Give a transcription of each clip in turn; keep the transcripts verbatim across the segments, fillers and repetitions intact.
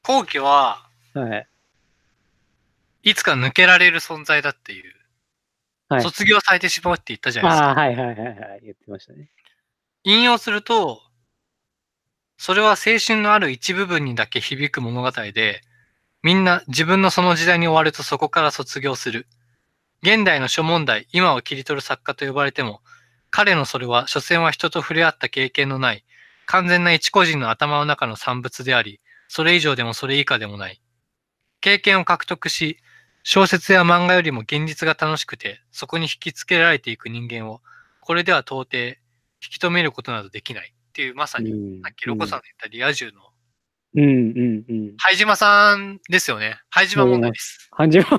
後期は、 はい。 いつか抜けられる存在だっていう。 はい。 卒業されてしまうって言ったじゃないですか。 ああ、はいはいはいはい。言ってましたね。 引用すると、それは青春のある一部分にだけ響く物語で、みんな自分のその時代に終わるとそこから卒業する。現代の諸問題、今を切り取る作家と呼ばれても、彼のそれは、所詮は人と触れ合った経験のない、完全な一個人の頭の中の産物であり、それ以上でもそれ以下でもない。経験を獲得し、小説や漫画よりも現実が楽しくて、そこに引きつけられていく人間を、これでは到底引き止めることなどできないっていう、まさに、 うん、 さっきうん。 ロコさんの言ったリア充の、 うん、うん、うん。 灰島さんですよね。灰島問題思います。 です。 感じは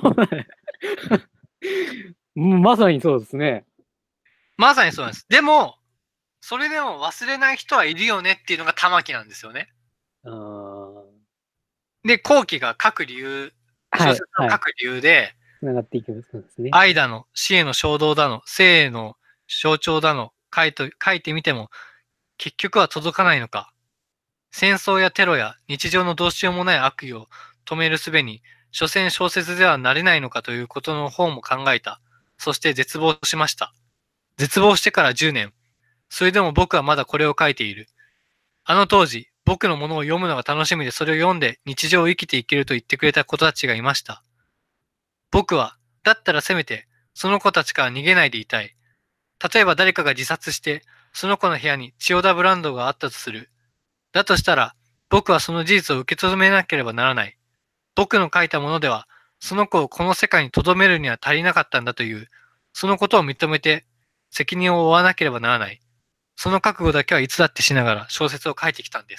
うんまさにそうですね。 まさにそうなんです。でも、それでも忘れない人はいるよねっていうのが玉木なんですよね。 ああ、 で、後期が書く理由、小はい、はい。 説を書く理由で、 つながっていきますですね。 愛だの、死への衝動だの、生への象徴だの、書いと書いてみても、結局は届かないのか。戦争やテロや日常のどうしようもない悪意を止める術に、所詮小説ではなれないのかということの方も考えた。そして絶望しました。絶望してからじゅうねん。それでも僕はまだこれを書いている。あの当時、僕のものを読むのが楽しみでそれを読んで日常を生きていけると言ってくれた子たちがいました。僕は、だったらせめて、その子たちから逃げないでいたい。例えば誰かが自殺して、その子の部屋に千代田ブランドがあったとする。だとしたら、僕はその事実を受け止めなければならない。僕の書いたものでは、その子をこの世界に留めるには足りなかったんだという、そのことを認めて、責任を負わなければならない。その覚悟だけはいつだってしながら小説を書いてきたんです。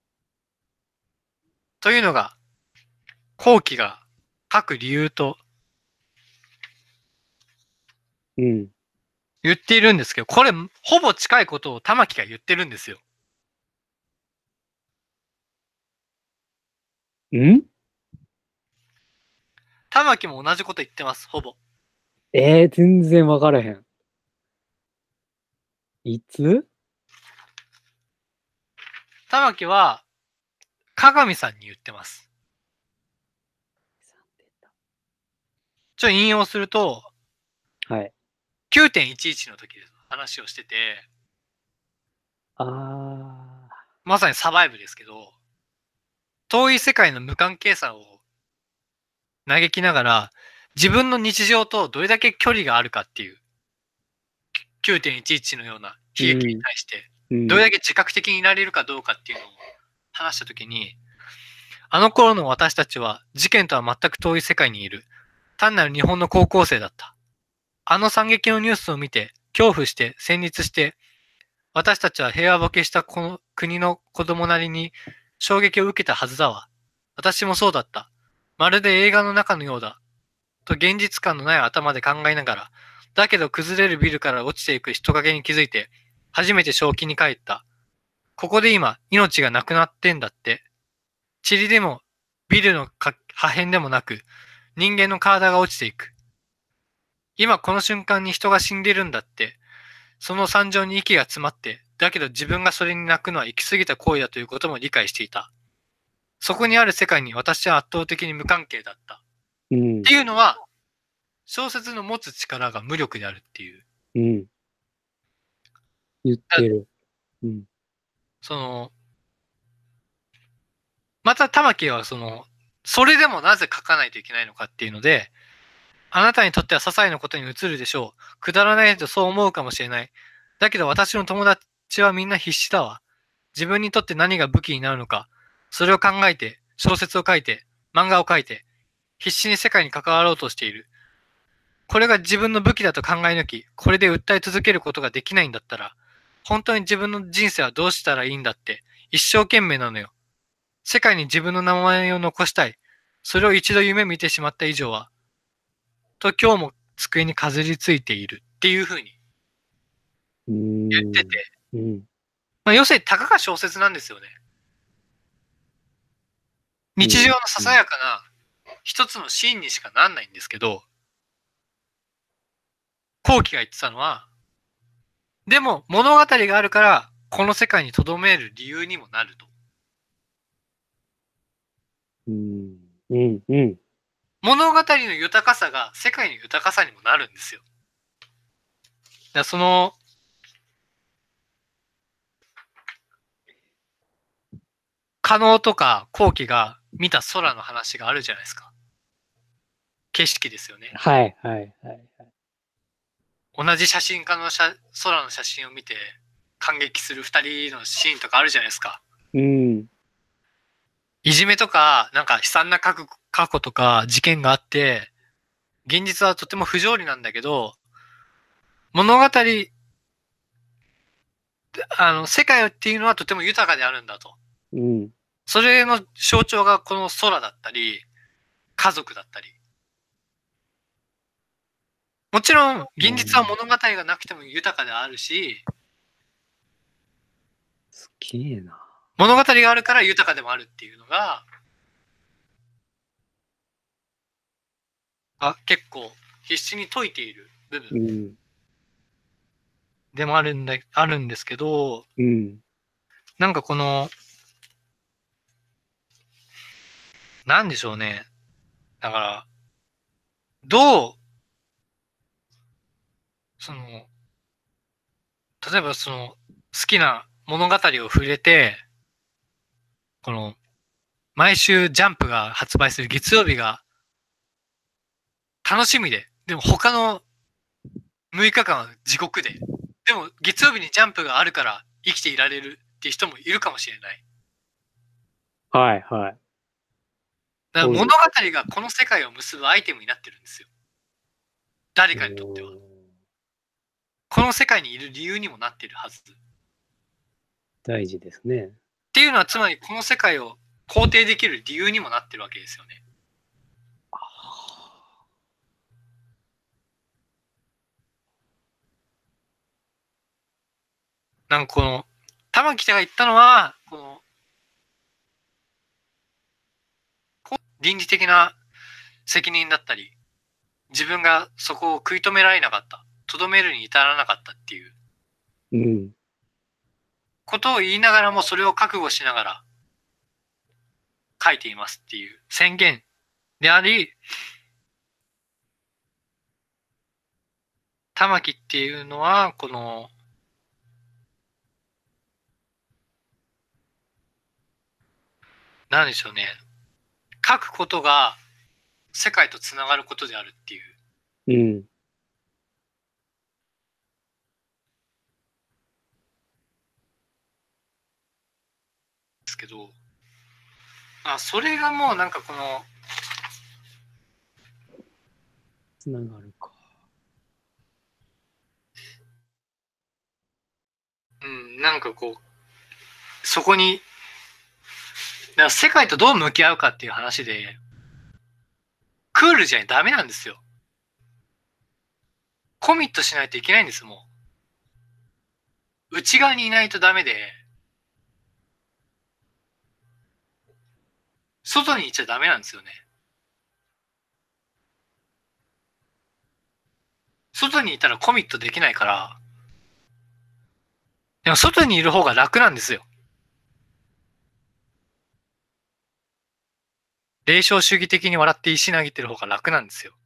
というのが、後期が書く理由とうん。 言っているんですけど、これ、ほぼ近いことを玉木が言ってるんですよ。 ん玉木も同じこと言ってます、ほぼ。 えー、全然わからへん。いつ玉木は、鏡さんに言ってます。ちょっと引用すると、 はい。 きゅうてんいちいちの時です話をしてて、 ああ、 まさにサバイブですけど、遠い世界の無関係さを嘆きながら、自分の日常とどれだけ距離があるかっていう、きゅうてんいちいちのような悲劇にうん、 対して、 うん、 どれだけ自覚的になれるかどうかっていうのを話した時に、あの頃の私たちは事件とは全く遠い世界にいる。単なる日本の高校生だった。あの惨劇のニュースを見て、恐怖して、戦慄して、私たちは平和ボケしたこの国の子供なりに衝撃を受けたはずだわ。私もそうだった。まるで映画の中のようだ。と現実感のない頭で考えながら、だけど崩れるビルから落ちていく人影に気づいて、初めて正気に帰った。ここで今、命がなくなってんだって。塵でも、ビルの破片でもなく、人間の体が落ちていく。今この瞬間に人が死んでるんだって。その惨状に息が詰まって、だけど自分がそれに泣くのは行き過ぎた行為だということも理解していた。そこにある世界に私は圧倒的に無関係だった。っうん、 ていうのは、小説の持つ力が無力であるっていう。 うん。言ってる。うん、 その、また玉木はその、それでもなぜ書かないといけないのかっていうので、あなたにとっては些細なことに映るでしょう。くだらないとそう思うかもしれない。だけど私の友達はみんな必死だわ。自分にとって何が武器になるのか。それを考えて、小説を書いて、漫画を書いて、必死に世界に関わろうとしている。これが自分の武器だと考え抜き、これで訴え続けることができないんだったら、本当に自分の人生はどうしたらいいんだって、一生懸命なのよ。世界に自分の名前を残したい。それを一度夢見てしまった以上は、と今日も机にかずりついているっていうふうにう言ってて、 ん、うん、 まあ、要するにたかが小説なんですよね。 うん、 日常のささやかな一つのシーンにしかなんないんですけど、後期が言ってたのは、でも物語があるからこの世界に留める理由にもなると。 うん。うん。うん。 物語の豊かさが世界の豊かさにもなるんですよ。だからその、加納とか後期が見た空の話があるじゃないですか。景色ですよね。 はい、はい、はい。 同じ写真家の写空の写真を見て感激する二人のシーンとかあるじゃないですか。 うん。 いじめとか、なんか悲惨な過去過去とか事件があって、現実はとても不条理なんだけど、物語、あの、世界っていうのはとても豊かであるんだと。 うん。 それの象徴がこの空だったり、家族だったり。もちろん、現実は物語がなくても豊かであるし、 すげえな。 物語があるから豊かでもあるっていうのが、あ、結構必死に解いている部分うん。 でもあるんだ、あるんですけど、 うん。 なんかこの、なんでしょうね。だから、どう、その、例えばその、好きな物語を触れて、この、毎週ジャンプが発売する月曜日が楽しみで、でも他のむいかかんは地獄で、でも月曜日にジャンプがあるから生きていられるっていう人もいるかもしれない。 はい、はい。 だから物語そうです。 がこの世界を結ぶアイテムになってるんですよ。誰うかにとっては。 ん。 この世界にいる理由にもなっているはず。っ大事ですね。 ていうのはつまりこの世界を肯定できる理由にもなってるわけですよね。なんかこの、玉木が言ったのは、この、倫理的な責任だったり、自分がそこを食い止められなかった、とどめるに至らなかったっていううん。 ことを言いながらもそれを覚悟しながら書いていますっていう宣言であり、玉木っていうのは、この、なんでしょうね。書くことが世界とつながることであるっていう。 うん。 ですけど、あ、それがもうなんかこの、 つながるか。 うん、なんかこう、そこに、だから世界とどう向き合うかっていう話で、クールじゃダメなんですよ。コミットしないといけないんです、もう。内側にいないとダメで、外にいちゃダメなんですよね。外にいたらコミットできないから、でも外にいる方が楽なんですよ。霊障主義的に笑って石投げてる方が楽なんですよ。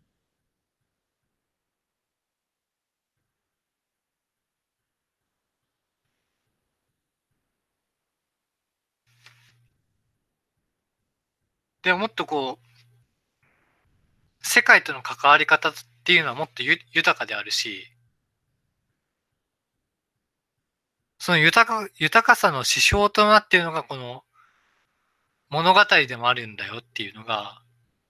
でももっとこう、世界との関わり方っていうのはもっと豊かであるし、その豊か、豊かさの指標となっているのがこの物語でもあるんだよっていうのが、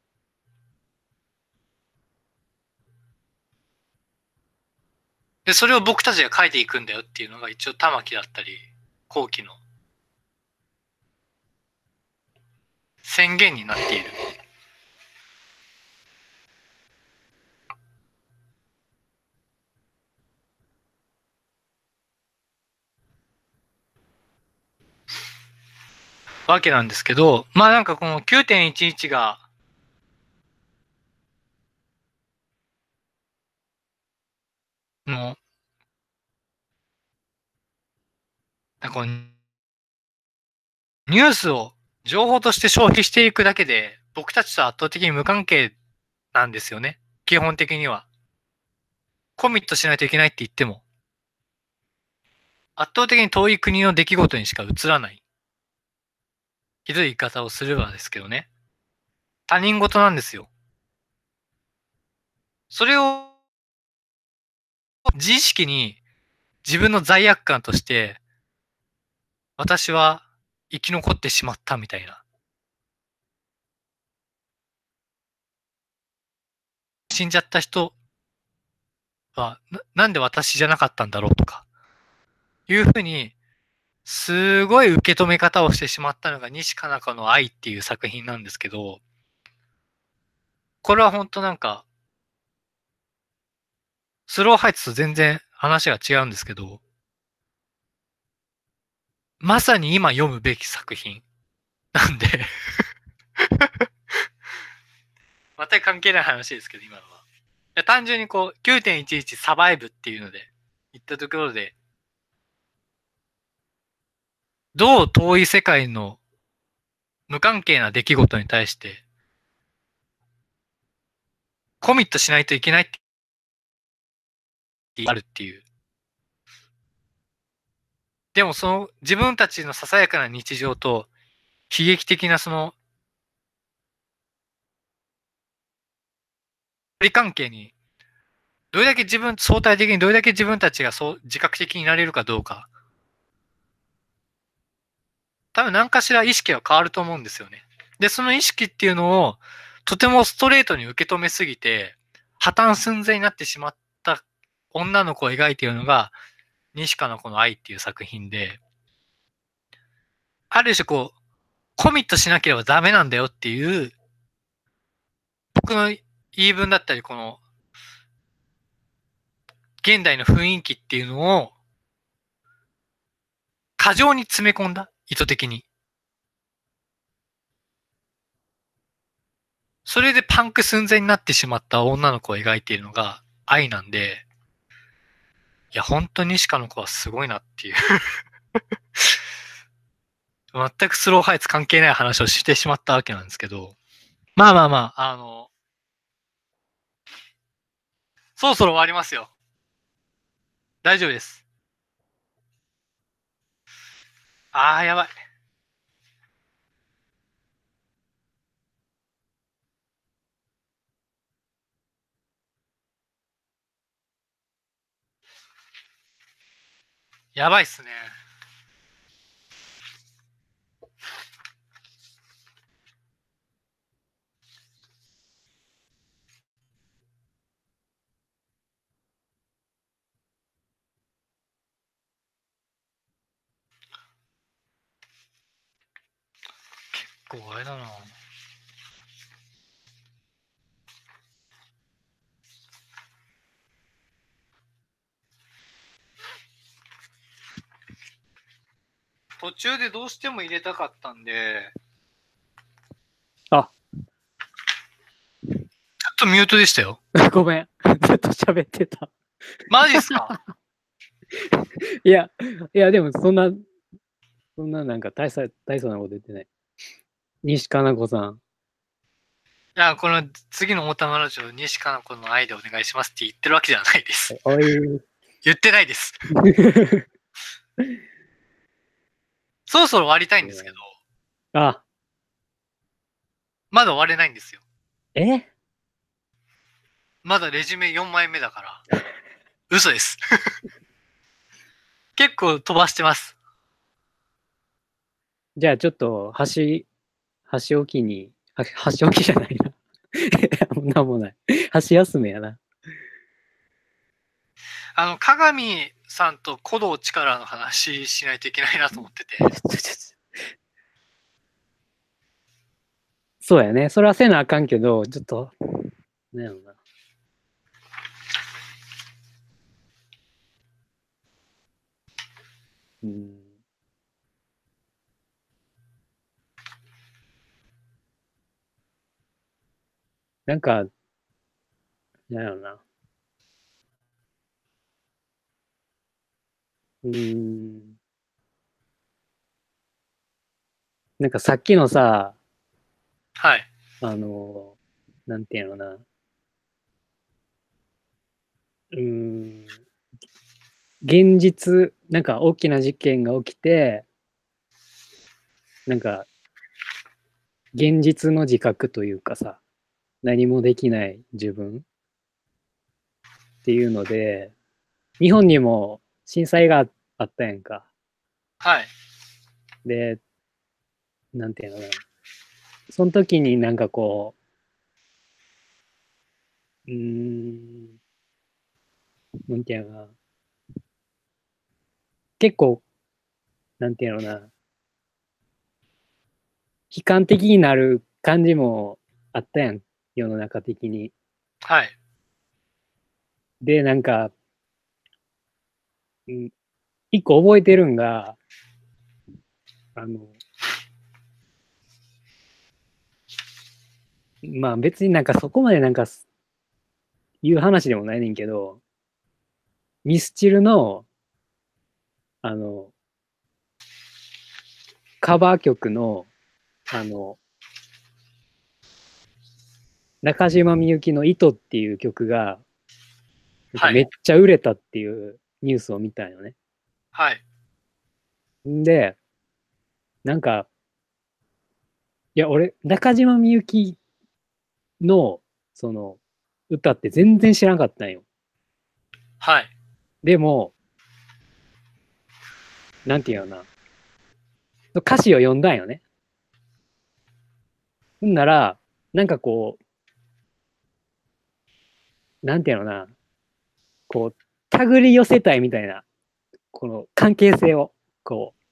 で、それを僕たちが書いていくんだよっていうのが一応玉木だったり、後期の宣言になっているわけなんですけど、まあなんかこの きゅうてんいちいち が、の、なんかこのニュースを情報として消費していくだけで、僕たちと圧倒的に無関係なんですよね。基本的には。コミットしないといけないって言っても、圧倒的に遠い国の出来事にしか映らない。ひどい言い方をすればですけどね。他人事なんですよ。それを自意識に自分の罪悪感として、私は生き残ってしまったみたいな。死んじゃった人は、ななんで私じゃなかったんだろうとか、いうふうに、すごい受け止め方をしてしまったのが西加奈子の愛っていう作品なんですけど、これは本当なんか、スローハイツと全然話が違うんですけど、まさに今読むべき作品なんで全く関係ない話ですけど、今のは。いや単純にこう、きゅうてんいちいちサバイブっていうので、言ったところで、どう遠い世界の無関係な出来事に対して、コミットしないといけないってあるっていう。でもその自分たちのささやかな日常と悲劇的なその距離関係にどれだけ自分、相対的にどれだけ自分たちがそう自覚的になれるかどうか。多分何かしら意識は変わると思うんですよね。で、その意識っていうのをとてもストレートに受け止めすぎて破綻寸前になってしまった女の子を描いているのが西加奈子の愛っていう作品で、ある種こう、コミットしなければダメなんだよっていう、僕の言い分だったり、この、現代の雰囲気っていうのを、過剰に詰め込んだ、意図的に。それでパンク寸前になってしまった女の子を描いているのが愛なんで、いや、本当に西加の子はすごいなっていう全くスローハイツ関係ない話をしてしまったわけなんですけど、まあまあまあ、あの、そろそろ終わりますよ。大丈夫です。あー、やばい。やばいっすね。結構あれだな。途中でどうしても入れたかったんで、 あ、 ちょっとミュートでしたよ。 ごめん。ずっと喋ってた。 マジっすかいや、いや、でもそんな、そんななんか大層、大層なこと言ってない。西加奈子さん。 いや、この次のオータマラジオ、西加奈子の愛でお願いしますって言ってるわけじゃないです。 おい。 言ってないです。そろそろ終わりたいんですけど、 あ、 まだ終われないんですよ。 えまだレジュメよんまいめだから。嘘です。結構飛ばしてます。 じゃあちょっと、箸、箸置きに、は箸置きじゃないな。なんもない。箸休めやな。 あの、鏡さんと鼓動力の話しないといけないなと思ってて。 そうやね。それはせなあかんけど、ちょっと、なんやろな。うん。なんか、なんやろな。うん。 なんかさっきのさ、 はい。 あの、なんていうのな。うーん、現実、なんか大きな事件が起きて、なんか現実の自覚というかさ、何もできない自分っていうので、日本にも震災があったやんか。 はい。 で、なんていうのかな。その時になんかこう、うーん、なんていうのかな。結構、なんていうのかな。悲観的になる感じもあったやん。世の中的に。 はい。 で、なんか、うん、一個覚えてるんが、あの、まあ別になんかそこまでなんか言う話でもないねんけど、ミスチルの、あの、カバー曲の、あの、中島みゆきの糸っていう曲が、なんかはい。 めっちゃ売れたっていうニュースを見たんよね。 はい。 んで、なんか、いや、俺、中島みゆきの、その、歌って全然知らなかったんよ。 はい。 でも、なんていうのかな。歌詞を読んだんよね。ほんなら、なんかこう、なんていうのかな。こう、手繰り寄せたいみたいな、この関係性を、こう、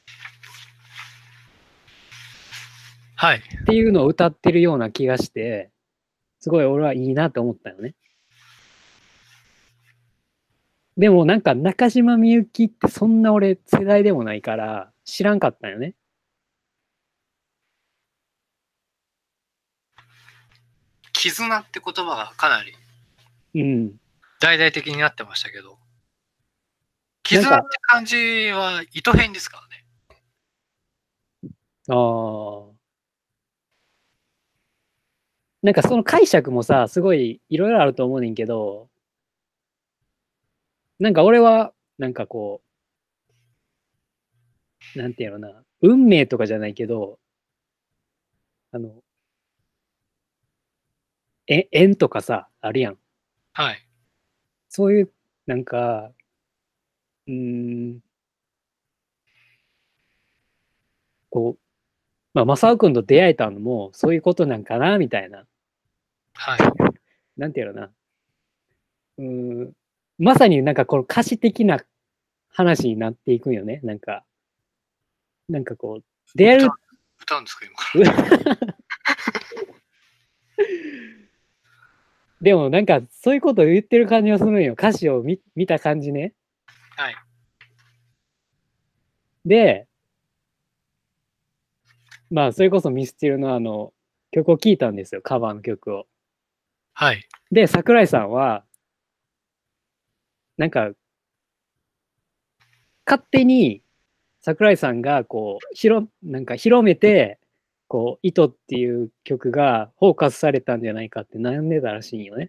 はい。 っていうのを歌ってるような気がして、すごい俺はいいなと思ったよね。でもなんか中島みゆきってそんな俺世代でもないから知らんかったよね。 絆って言葉がかなりうん。 大々的になってましたけど、 なんか、 絆って漢字は糸編ですからね。 ああ、なんかその解釈もさ、すごいいろいろあると思うねんけど、なんか俺は、なんかこう、なんていうのな、運命とかじゃないけど、あの、え、縁とかさ、あるやん。 はい。 そういう、なんか、うーん、こう、まあ、正雄君と出会えたのも、そういうことなんかな、みたいな。 はい。 なんていうのな。うーん、まさになんかこの歌詞的な話になっていくんよね。なんか、なんかこう、出会歌、 う、 歌うんですか、今かでもなんかそういうことを言ってる感じがするんよ。歌詞を見見た感じね。 ら。はい。 で、まあそれこそミスチルのあの曲を聴いたんですよ。カバーの曲を。 はい。 で、桜井さんは、なんか勝手に桜井さんがこう、広、なんか広めて、こう、糸っていう曲がフォーカスされたんじゃないかって悩んでたらしいんよね。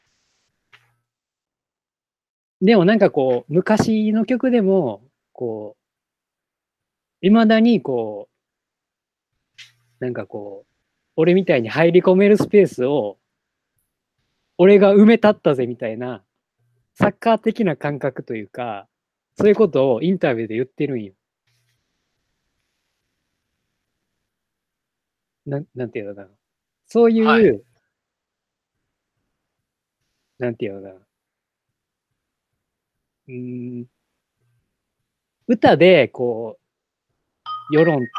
でもなんかこう、昔の曲でも、こう、いまだにこう、なんかこう、俺みたいに入り込めるスペースを、俺が埋め立ったぜみたいな、サッカー的な感覚というか、そういうことをインタビューで言ってるんよ。なん、なんていうのかな。そうはい。 いう、なんていうのかな。うーん、歌で、こう、世論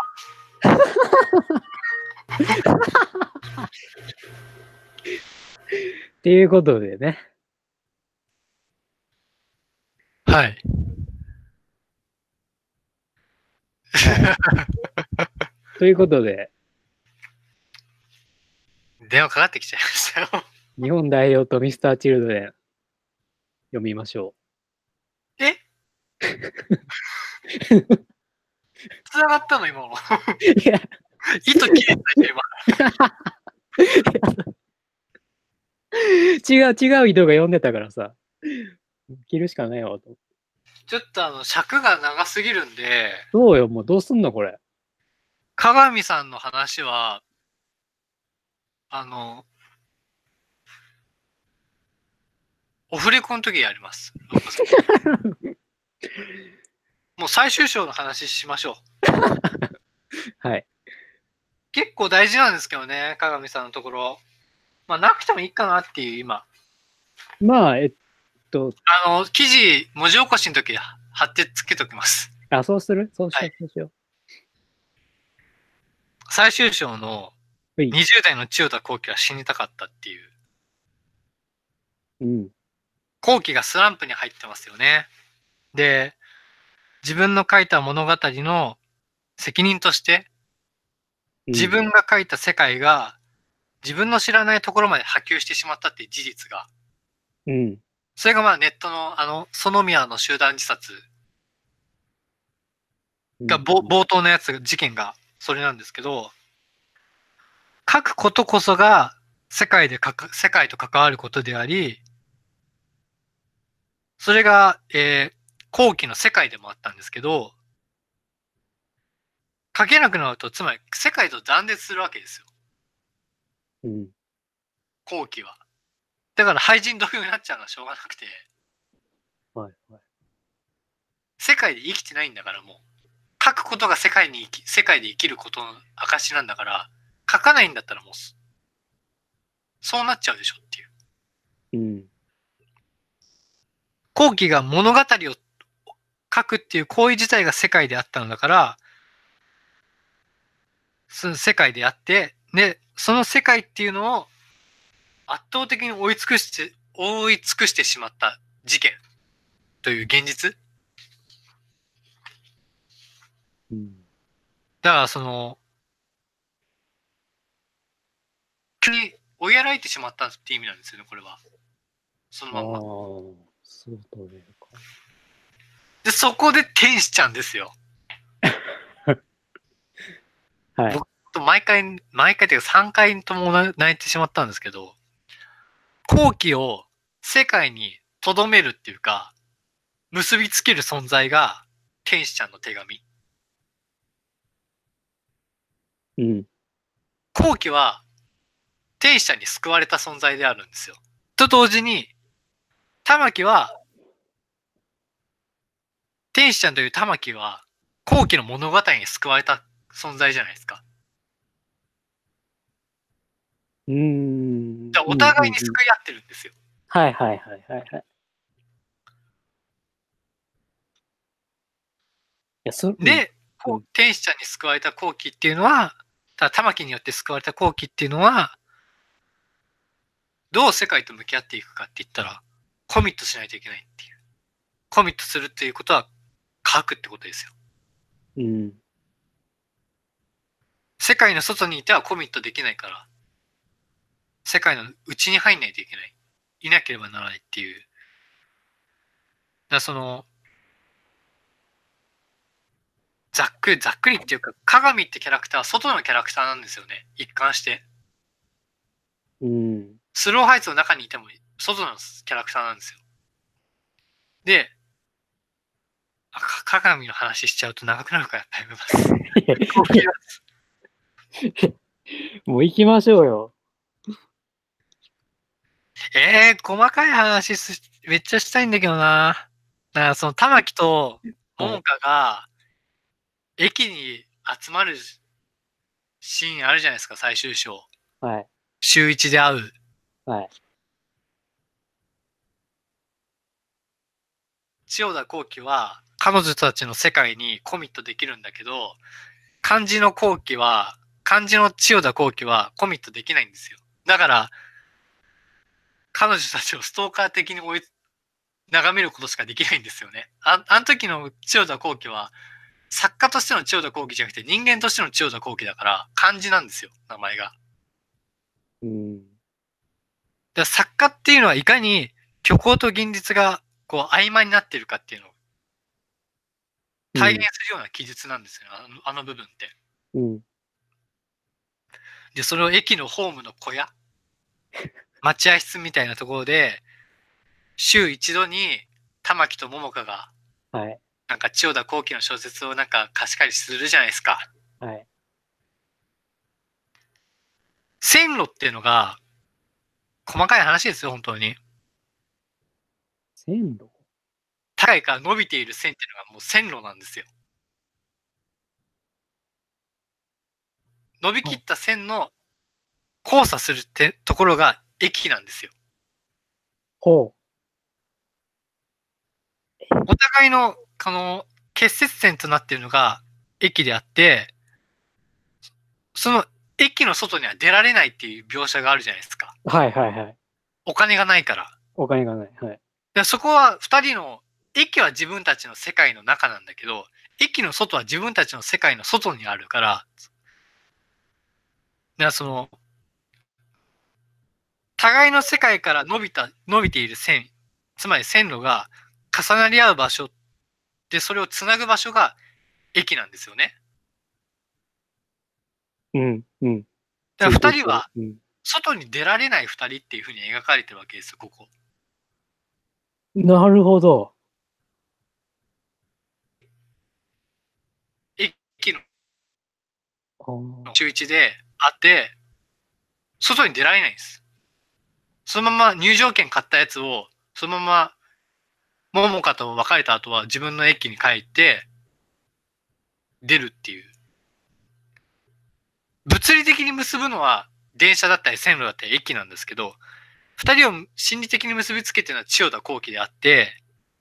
っていうことでね。 はい。 はい。ということで、 電話かかってきちゃいましたよ。 日本代表とミスターチルドレン読みましょえ普繋がったの今の。 いや、 糸切れたよ違う違う糸が読んでたからさ、切るしかないわと。 今。ちょっとあの、尺が長すぎるんで、 そうよ、もうどうすんのこれ。 鏡さんの話は、あの、オフレコの時やります。もう最終章の話しましょう。 はい。 結構大事なんですけどね、鏡さんのところ。まあ、なくてもいいかなっていう、今。 まあ、えっと、 あの、記事、文字起こしの時、貼ってつけときます。 あ、そうするそうしよう、 はいそうしよ最終章のう。 にじゅう代の千代田光輝は死にたかったっていう。 うん。 光輝がスランプに入ってますよね。で、自分の書いた物語の責任として、自分が書いた世界が自分の知らないところまで波及してしまったっていう事実が。 うん。 それがまあネットのあの、園宮の集団自殺が、 うん、 冒頭のやつ、事件がそれなんですけど、書くことこそが世界でかか、世界と関わることであり、それが、えー、後期の世界でもあったんですけど、書けなくなると、つまり世界と断絶するわけですよ。 うん。 後期は。だから廃人同様になっちゃうのはしょうがなくて、 はいはい。 世界で生きてないんだからもう、書くことが世界に生き、世界で生きることの証なんだから、書かないんだったらもう、そうなっちゃうでしょっていう。 うん。 後期が物語を書くっていう行為自体が世界であったのだから、その世界であって、で、その世界っていうのを圧倒的に追い尽くして、追い尽くしてしまった事件という現実。 うん。 だからその、急に追いやられてしまったっていう意味なんですよね、これは。そのああ、 まんま。 そうというか。 で、そこで天使ちゃんですよ。 はい。 僕と毎回、毎回というかさんかいとも泣いてしまったんですけど、後期を世界に留めるっていうか、結びつける存在が天使ちゃんの手紙。 うん。 後期は天使ちゃんに救われた存在であるんですよ。と同時に、玉木は、天使ちゃんという玉木は、後期の物語に救われた存在じゃないですか。 うーん。 じゃあお互いに救い合ってるんですよ。 はいはいはいはいはい。いや、そで、 うん、 天使ちゃんに救われた後期っていうのは、ただ玉木によって救われた後期っていうのは、どう世界と向き合っていくかって言ったら、コミットしないといけないっていう。コミットするっていうことは、書くってことですよ。 うん。 世界の外にいてはコミットできないから、世界の内に入んないといけない。いなければならないっていう。だからその、ざっくり、ざっくりっていうか、鏡ってキャラクターは外のキャラクターなんですよね。一貫して。 うん。 スローハイツの中にいても、外のキャラクターなんですよ。で、あか鏡の話しちゃうと長くなるからやめます。 もう行きましょうよ。 えー、細かい話すめっちゃしたいんだけどな。だからその玉木と桃香が駅に集まるシーンあるじゃないですか、最終章。 はい。 週一で会う。 はい。 千代田光輝は彼女たちの世界にコミットできるんだけど、漢字の光輝は、漢字の千代田光輝はコミットできないんですよ。だから、彼女たちをストーカー的に追い、眺めることしかできないんですよね。あ、あの時の千代田光輝は、作家としての千代田光輝じゃなくて人間としての千代田光輝だから漢字なんですよ、名前が。 うん。 だから作家っていうのはいかに虚構と現実がこう曖昧になってるかっていうのを体現するような記述なんですよ、あの、あの部分って。 うん。 で、それを駅のホームの小屋、待合室みたいなところで、週一度に玉木と桃香が、 はい。 なんか千代田後期の小説をなんか貸し借りするじゃないですか。 はい。 線路っていうのが、細かい話ですよ、本当に。 線路高いから伸びている線っていうのがもう線路なんですよ。伸びきった線の交差するってところが駅なんですよ。 ほお互いの、この、結節線となっているのが駅であって、その駅の外には出られないっていう描写があるじゃないですか。 う。はいはいはい。 お金がないから。 お金がない。はい。 でそこは二人の、駅は自分たちの世界の中なんだけど、駅の外は自分たちの世界の外にあるから、だからその、互いの世界から伸びた、伸びている線、つまり線路が重なり合う場所で、それをつなぐ場所が駅なんですよね。 うん。うん。 だから二人は、 うん、 外に出られない二人っていうふうに描かれてるわけですよ、ここ。 なるほど。 駅のあ中一であって、外に出られないんです。そのまま入場券買ったやつを、そのまま、桃香と別れた後は自分の駅に帰って、出るっていう。物理的に結ぶのは、電車だったり線路だったり駅なんですけど、二人を心理的に結びつけてるのは千代田後期であって、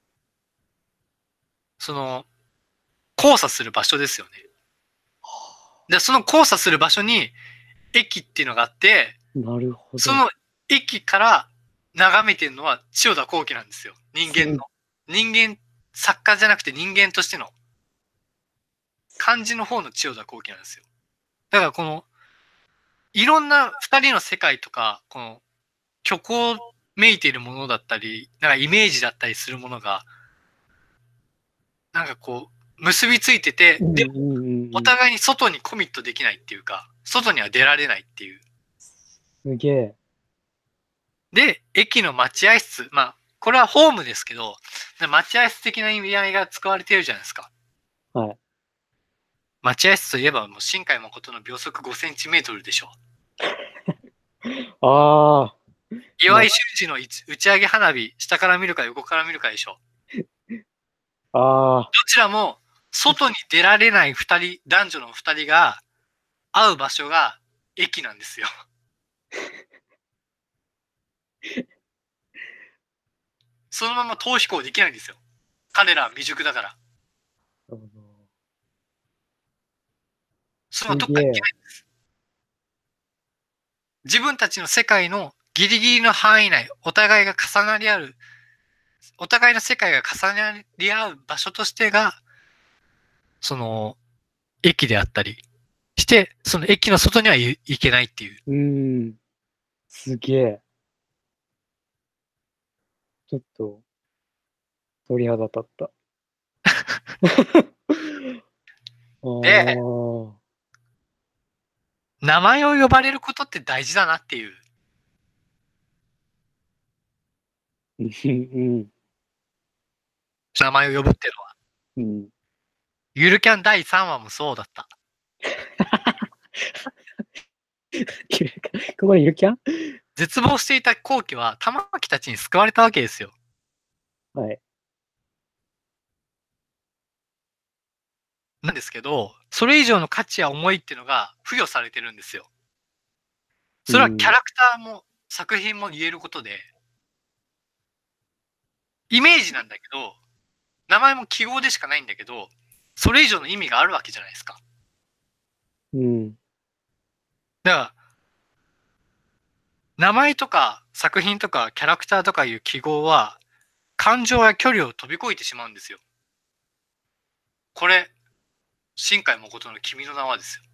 その、交差する場所ですよね。で、その交差する場所に、駅っていうのがあって、 なるほど。 その駅から眺めてるのは千代田後期なんですよ。人間の。人間、作家じゃなくて人間としての、漢字の方の千代田後期なんですよ。だからこの、いろんな二人の世界とか、この、虚構めいているものだったり、なんかイメージだったりするものが、なんかこう、結びついてて、でも、お互いに外にコミットできないっていうか、外には出られないっていう。 すげえ。 で、駅の待合室、まあ、これはホームですけど、待合室的な意味合いが使われているじゃないですか。 はい。 待合室といえば、もう新海誠の秒速ごセンチメートルでしょ。 ああ。 岩井俊二の打ち上げ花火、下から見るか横から見るかでしょ。 ああ。 どちらも、外に出られない二人、男女の二人が会う場所が駅なんですよ。そのまま逃避行できないんですよ。彼らは未熟だから。そのどっか行けないんです。自分たちの世界のギリギリの範囲内、お互いが重なり合う、お互いの世界が重なり合う場所としてが、その、駅であったりして、その駅の外には行けないっていう。 うん。すげえ。ちょっと、鳥肌立った。 で、名前を呼ばれることって大事だなっていう。 うん。 名前を呼ぶっていうのは。 うん。 ゆるキャンだいさんわもそうだった。 ここでゆるキャン絶望していた後期は玉木たちに救われたわけですよ。 はい。 なんですけど、それ以上の価値や思いっていうのが付与されてるんですよ。それはキャラクターも作品も言えることで、イメージなんだけど、名前も記号でしかないんだけど、それ以上の意味があるわけじゃないですか。 うん。 だから、名前とか作品とかキャラクターとかいう記号は、感情や距離を飛び越えてしまうんですよ。これ、新海誠の君の名はですよ。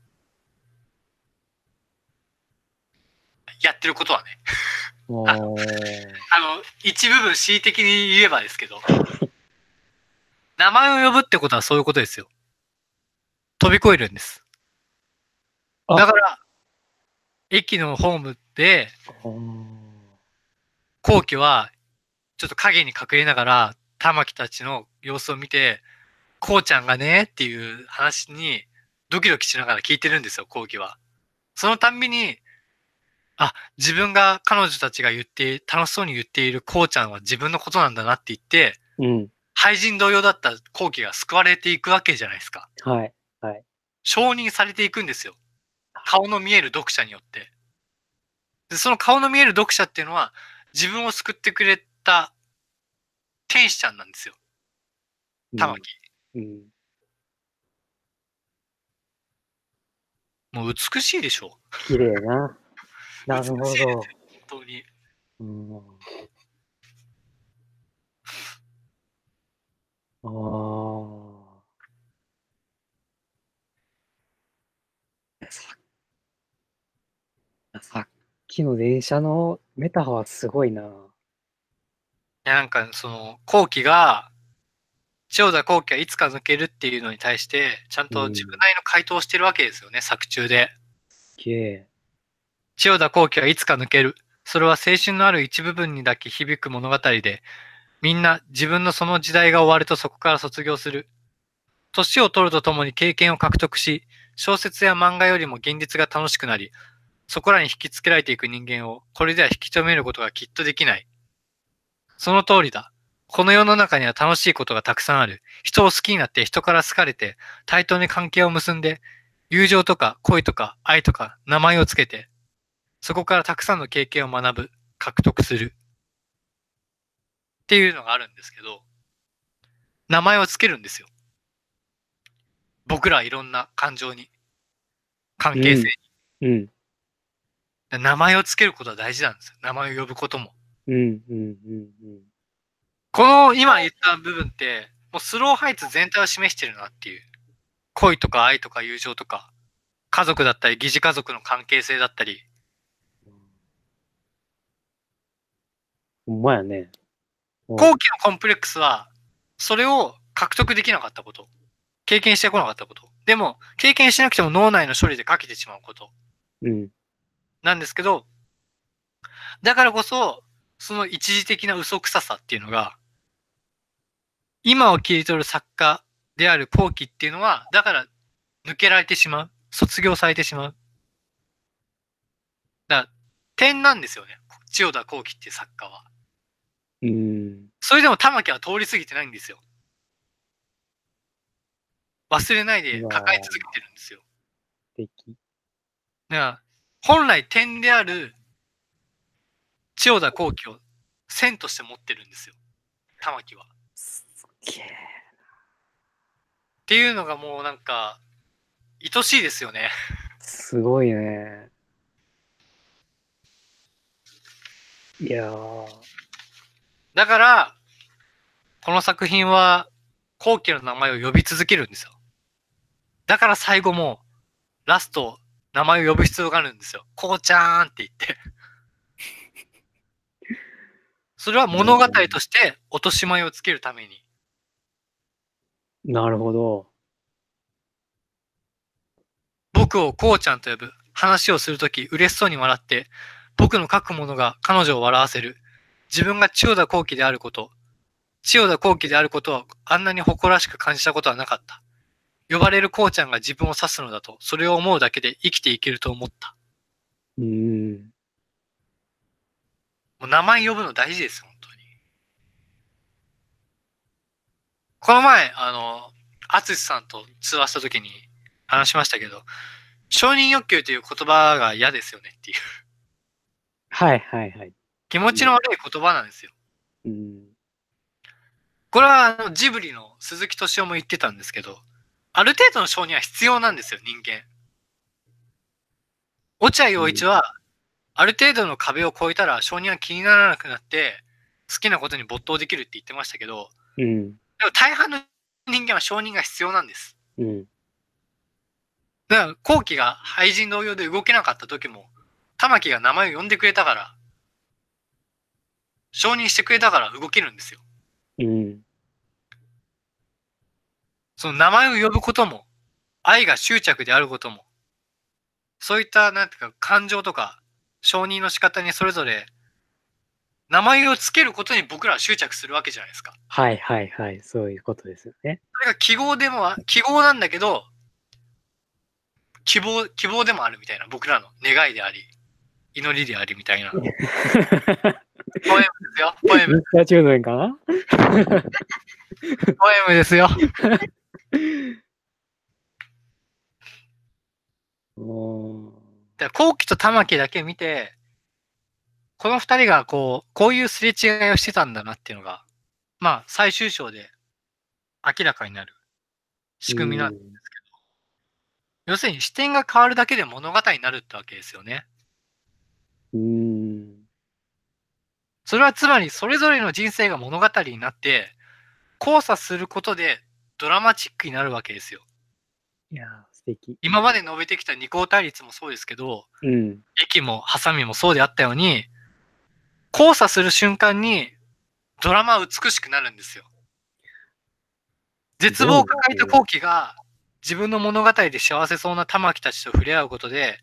やってることはね。あの、あの一部分恣意的に言えばですけど。 名前を呼ぶってことはそういうことですよ。飛び越えるんです。 あだから、駅のホームで、 あー後期は、ちょっと影に隠れながら、玉木たちの様子を見て、こうちゃんがね、っていう話に、ドキドキしながら聞いてるんですよ、後期は。そのたんびに、あ、自分が彼女たちが言って、楽しそうに言っているこうちゃんは自分のことなんだなって言って、 うん。 廃人同様だった後期が救われていくわけじゃないですか。 はい。はい。 承認されていくんですよ。顔の見える読者によって。で、その顔の見える読者っていうのは、自分を救ってくれた天使ちゃんなんですよ。玉木。 うん。 もう美しいでしょ。 綺麗な。なる美しいですよ、 ほど。 本当に。 うん。ああ。さ、さっきの電車のメタファーすごいな。 いや、なんか、その、後期が、千代田後期はいつか抜けるっていうのに対して、ちゃんと自分うん。 なりの回答をしてるわけですよね、作中で。 きれ千代田後期はいつか抜ける。それは青春のある一部分にだけ響く物語で、みんな自分のその時代が終わるとそこから卒業する。年を取るとともに経験を獲得し、小説や漫画よりも現実が楽しくなり、そこらに引きつけられていく人間を、これでは引き止めることがきっとできない。その通りだ。この世の中には楽しいことがたくさんある。人を好きになって人から好かれて、対等に関係を結んで、友情とか恋とか愛とか名前をつけて、そこからたくさんの経験を学ぶ、獲得する。っていうのがあるんですけど、名前をつけるんですよ。僕らいろんな感情に、関係性うん。うん。 に。名前をつけることは大事なんですよ。名前を呼ぶことも。 うん。うん。うん。 この今言った部分って、もうスローハイツ全体を示してるなっていう。恋とか愛とか友情とか、家族だったり、疑似家族の関係性だったり、 ほんまやね。うん。 後期のコンプレックスは、それを獲得できなかったこと。経験してこなかったこと。でも、経験しなくても脳内の処理で書けてしまうことうん。 なんですけど、だからこそ、その一時的な嘘くささっていうのが、今を切り取る作家である後期っていうのは、だから抜けられてしまう。卒業されてしまう。だから、点なんですよね。千代田後期っていう作家は。 うん。 それでも玉木は通り過ぎてないんですよ。忘れないでうわ抱え続けてるんですよ。 ー、素敵。 だから、本来点である千代田後期を線として持ってるんですよ。玉木は。っすっげえ。 ていうのがもうなんか、愛しいですよね。 すごいね。いやー。 だから、この作品は、後期の名前を呼び続けるんですよ。だから最後も、ラスト、名前を呼ぶ必要があるんですよ。こうちゃーんって言って。それは物語として落とし前をつけるために。 なるほど。 僕をこうちゃんと呼ぶ。話をするとき嬉しそうに笑って、僕の書くものが彼女を笑わせる。自分が千代田後期であること、千代田後期であることはあんなに誇らしく感じたことはなかった。呼ばれるこうちゃんが自分を指すのだと、それを思うだけで生きていけると思った。 うん。 もう名前呼ぶの大事です、本当に。この前、あの、アツシさんと通話した時に話しましたけど、承認欲求という言葉が嫌ですよねっていう。 はいはいはい。 気持ちの悪い言葉なんですよ。 うん。 これはあのジブリの鈴木敏夫も言ってたんですけど、ある程度の承認は必要なんですよ、人間。落合陽一は、ある程度の壁を越えたら承認は気にならなくなって、好きなことに没頭できるって言ってましたけど、 うん。 でも大半の人間は承認が必要なんです。 うん。 だから、後期が廃人同様で動けなかった時も、玉木が名前を呼んでくれたから、承認してくれたから動けるんですよ。 うん。 その名前を呼ぶことも、愛が執着であることも、そういった、なんていうか、感情とか、承認の仕方にそれぞれ、名前をつけることに僕らは執着するわけじゃないですか。 はいはいはい。そういうことですよね。 それが記号でも、記号なんだけど、希望、希望でもあるみたいな、僕らの願いであり、祈りでありみたいな。ポエムですよ、ポエム。 ミスターチューズンかなポエムですよ。 おーだから後期と玉木だけ見て、この二人がこう、こういうすれ違いをしてたんだなっていうのが、まあ、最終章で明らかになる仕組みなんですけど、要するに視点が変わるだけで物語になるってわけですよね。 うーん。 それはつまり、それぞれの人生が物語になって、交差することでドラマチックになるわけですよ。 いやー、素敵。 今まで述べてきた二項対立もそうですけど、 うん。 駅もハサミもそうであったように、交差する瞬間にドラマは美しくなるんですよ。絶望を抱えた後期が自分の物語で幸せそうな玉木たちと触れ合うことで、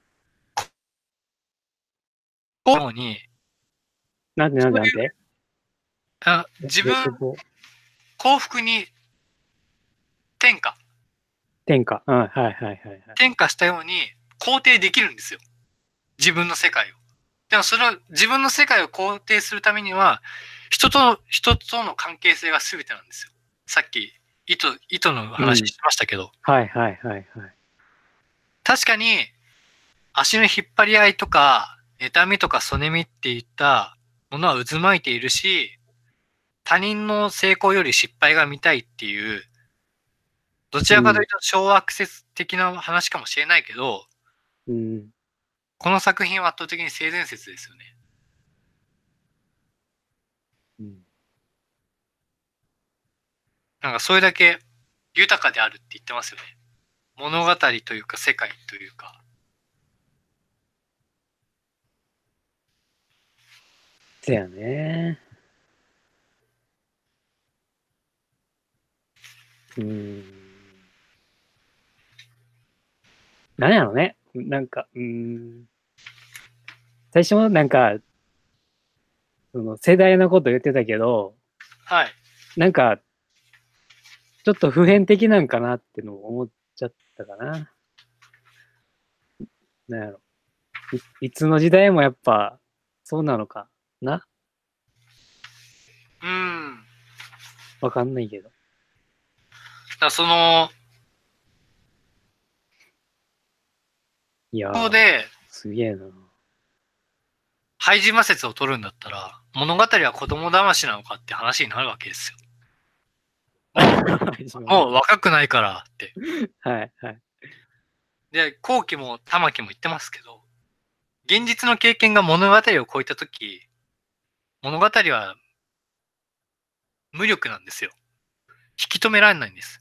こうに、 なんでなんでなんであ自分、 絶望幸福に転化、 天下。うん、はいはいはいはい。 転化したように肯定できるんですよ。自分の世界を。でもその自分の世界を肯定するためには、人と、人との関係性が全てなんですよ。さっき、糸、糸の話しましたけど、 はいはいはいはい。 確かに、足の引っ張り合いとか、妬みとかそねみっていったものは渦巻いているし、他人の成功より失敗が見たいっていう、どちらかというと小アクセス的な話かもしれないけど、 うん。 この作品は圧倒的に性善説ですよね。 うん。 なんかそれだけ豊かであるって言ってますよね。物語というか世界というか。 そやね。うーん。なんやろね。なんか、うーん。最初もなんか、その世代のこと言ってたけど、 はい。 なんか、ちょっと普遍的なんかなってのを思っちゃったかな。なんやろ。い、いつの時代もやっぱ、そうなのかな。 うん。 わかんないけど。 だからその、 いやー、 ここで、 すげえな。 廃人魔説を取るんだったら、物語は子供騙しなのかって話になるわけですよ。もう若くないからって。 はいはい。 で、後期も玉木も言ってますけど、現実の経験が物語を超えたとき、物語は無力なんですよ。引き止められないんです。